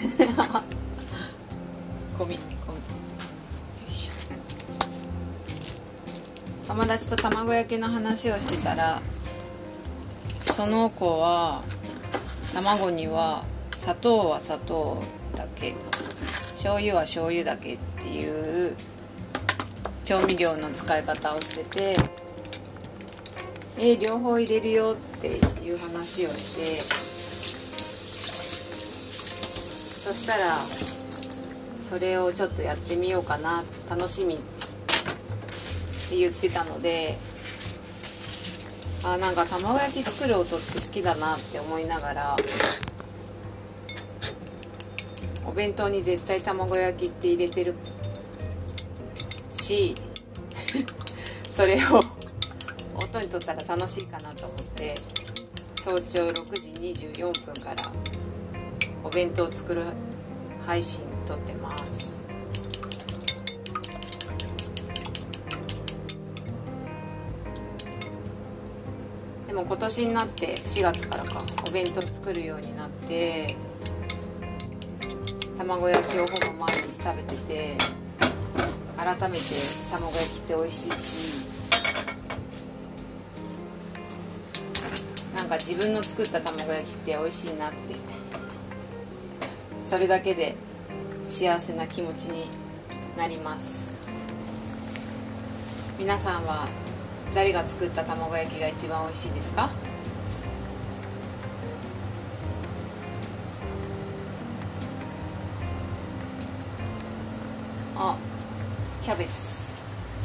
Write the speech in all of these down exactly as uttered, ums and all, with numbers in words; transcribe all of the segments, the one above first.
ゴミゴミ。よいしょ。友達と卵焼きの話をしてたら、その子は卵には砂糖は砂糖だけ、醤油は醤油だけっていう調味料の使い方をしてて、え両方入れるよっていう話をして、そしたらそれをちょっとやってみようかな、楽しみって言ってたので、あなんか卵焼き作る音って好きだなって思いながら、お弁当に絶対卵焼きって入れてるしそれを音にとったら楽しいかなと思って、早朝ろくじにじゅうよんぷんからお弁当を作る配信撮ってます。でも今年になってしがつからかお弁当作るようになって、卵焼きをほぼ毎日食べてて、改めて卵焼きって美味しいし、なんか自分の作った卵焼きって美味しいなって、それだけで幸せな気持ちになります。皆さんは誰が作った卵焼きが一番美味しいですか？あ、キャベツ。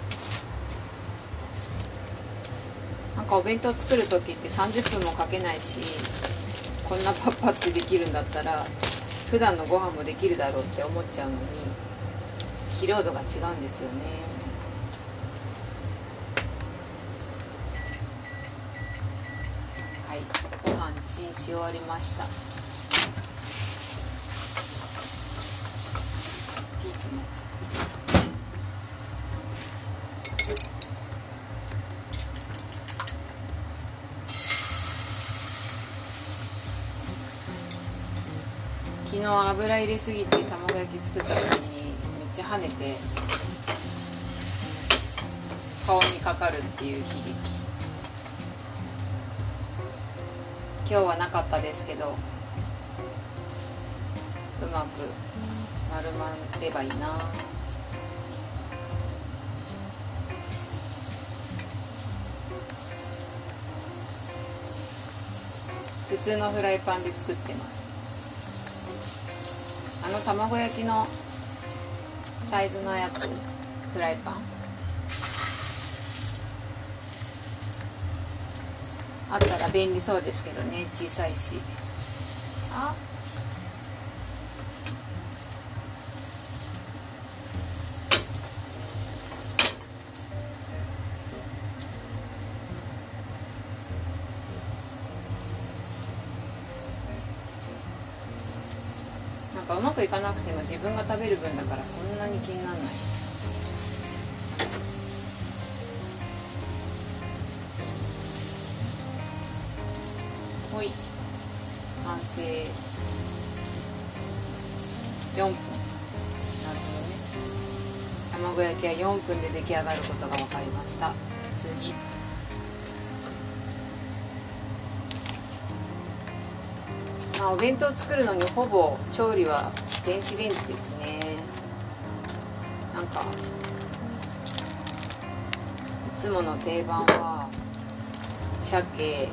なんかお弁当作る時ってさんじゅっぷんもかけないし、こんなパッパってできるんだったら普段のご飯もできるだろうって思っちゃうのに、疲労度が違うんですよね。はい、ご飯チンし終わりました。ピークになっちゃう。昨日油入れすぎて卵焼き作った時にめっちゃ跳ねて顔にかかるっていう悲劇。今日はなかったですけど、うまく丸まればいいな。普通のフライパンで作ってます。あの卵焼きのサイズのやつ、フライパンあったら便利そうですけどね、小さいし。あなんかうまくいかなくても自分が食べる分だからそんなに気にならない。ほい、完成。よんぷん。なるほどね。卵焼きはよんぷんで出来上がることが分かりました。次。まあ、お弁当を作るのにほぼ調理は電子レンジですね。なんかいつもの定番は鮭、え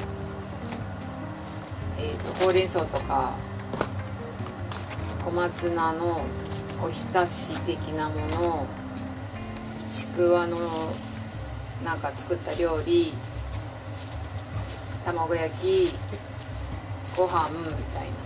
ーと、ほうれん草とか小松菜のおひたし的なもの、ちくわのなんか作った料理、卵焼き、ご飯みたいな。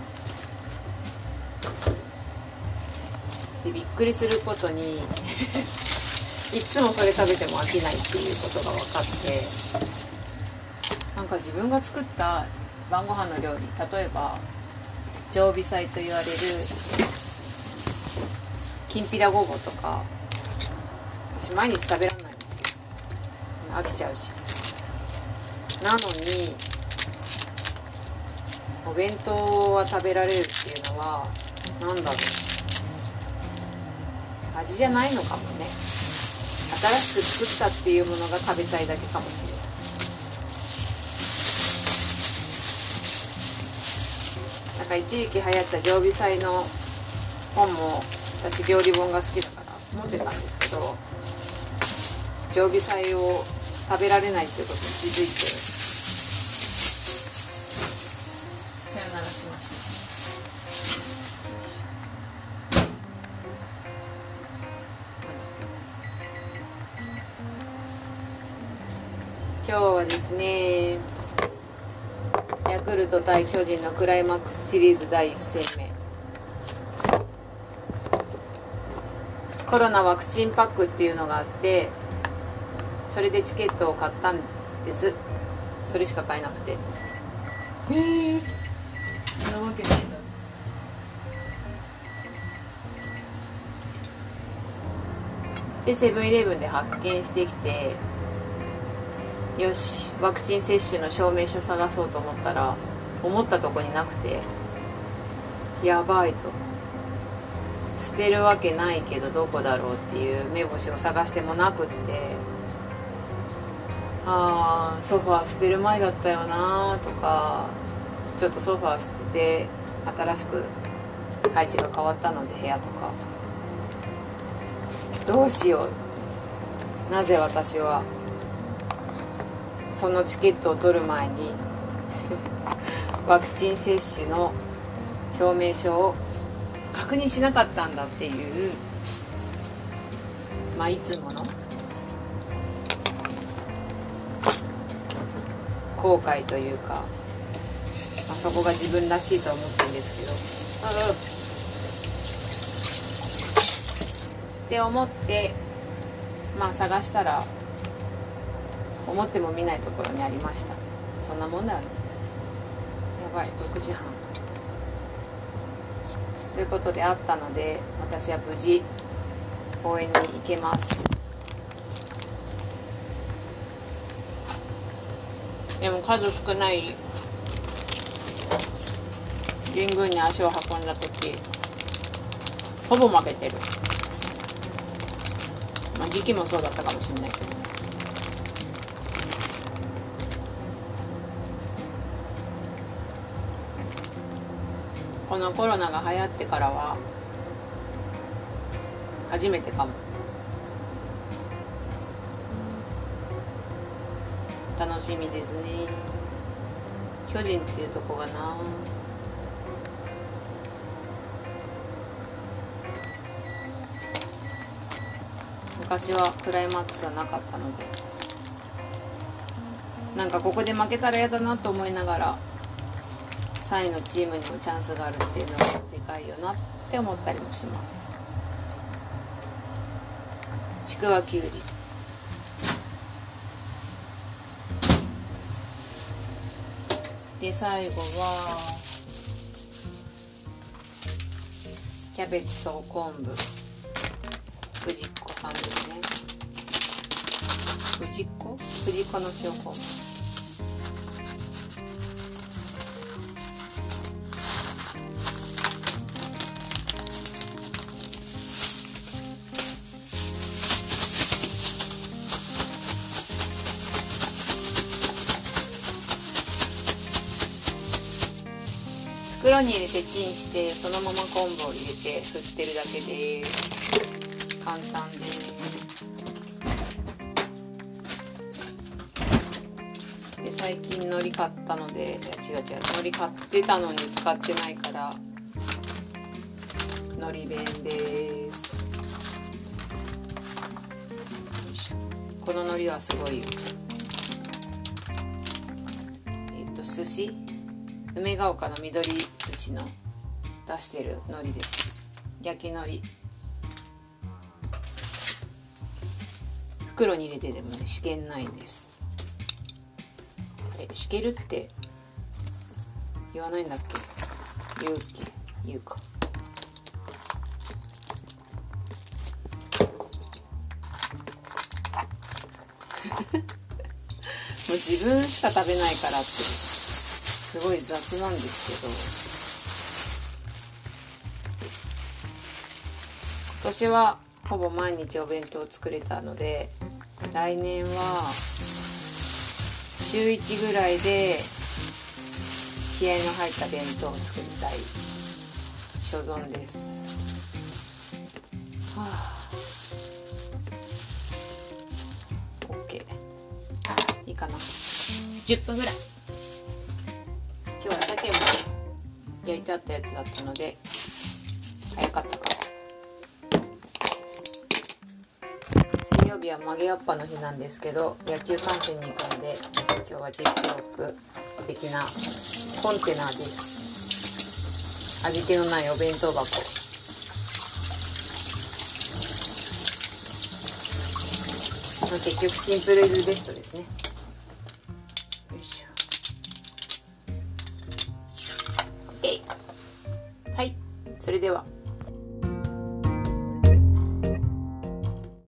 でびっくりすることにいつもそれ食べても飽きないっていうことが分かって、なんか自分が作った晩ご飯の料理、例えば常備菜と言われるきんぴらごぼうとか、私毎日食べられないんですよ、飽きちゃうし。なのにお弁当は食べられるっていうのはなんだろう、味じゃないのかもね。新しく作ったっていうものが食べたいだけかもしれない。なんか一時期流行った常備菜の本も、私料理本が好きだから持ってたんですけど、常備菜を食べられないっていうことに気づいて、さよならしました。今日はですね、ヤクルト対巨人のクライマックスシリーズだいいち戦目、コロナワクチンパックっていうのがあって、それでチケットを買ったんです。それしか買えなくて。へえ、そんなわけないんだ。でセブンイレブンで発見してきて、よしワクチン接種の証明書探そうと思ったら、思ったとこになくて、やばいと、捨てるわけないけどどこだろうっていう目星を探してもなくって、あーソファー捨てる前だったよなとか、ちょっとソファー捨てて新しく配置が変わったので部屋とか、どうしよう、なぜ私はそのチケットを取る前にワクチン接種の証明書を確認しなかったんだっていう、まあいつもの後悔というか、まあ、そこが自分らしいと思ってるんですけど、うんうんって思って、まあ探したら思っても見ないところにありました。そんなもんだよね。やばい、ろくじはんということであったので、私は無事応援に行けます。でも数少ない神宮に足を運んだ時、ほぼ負けてる。まあ時期もそうだったかもしれないけど、このコロナが流行ってからは初めてかも。楽しみですね。巨人っていうとこがな、昔はクライマックスはなかったので、なんかここで負けたら嫌だなと思いながら、さんいのチームにもチャンスがあるっていうのはでかいよなって思ったりもします。ちくわきゅうり、で最後はキャベツと昆布、藤子さんですね。藤子藤子の塩昆布。袋に入れてチンして、そのまま昆布を入れて振ってるだけです。簡単です。で最近海苔買ったので、いや違う違う、海苔買ってたのに使ってないから海苔弁です。この海苔はすごい、えっと寿司、梅ヶ丘の緑寿司の出してる海苔です。焼き海苔、袋に入れてでもね、しけんないんです。え、しけるって言わないんだっけ、言うっけ、言うか。もう自分しか食べないからってすごい雑なんです今年はほぼ毎日お弁当を作れたので、来年は週いちぐらいで気合いの入った弁当を作りたい所存です。はあ、OK。いいかな。じゅっぷんぐらい。今日は鮭も焼いてあったやつだったので早かったか。水曜日は曲げわっぱの日なんですけど、野球観戦に行くので今日はジップロック的なコンテナです。味気のないお弁当箱。結局シンプルイズベストですね。よいしょ。 OK。 はい、それでは。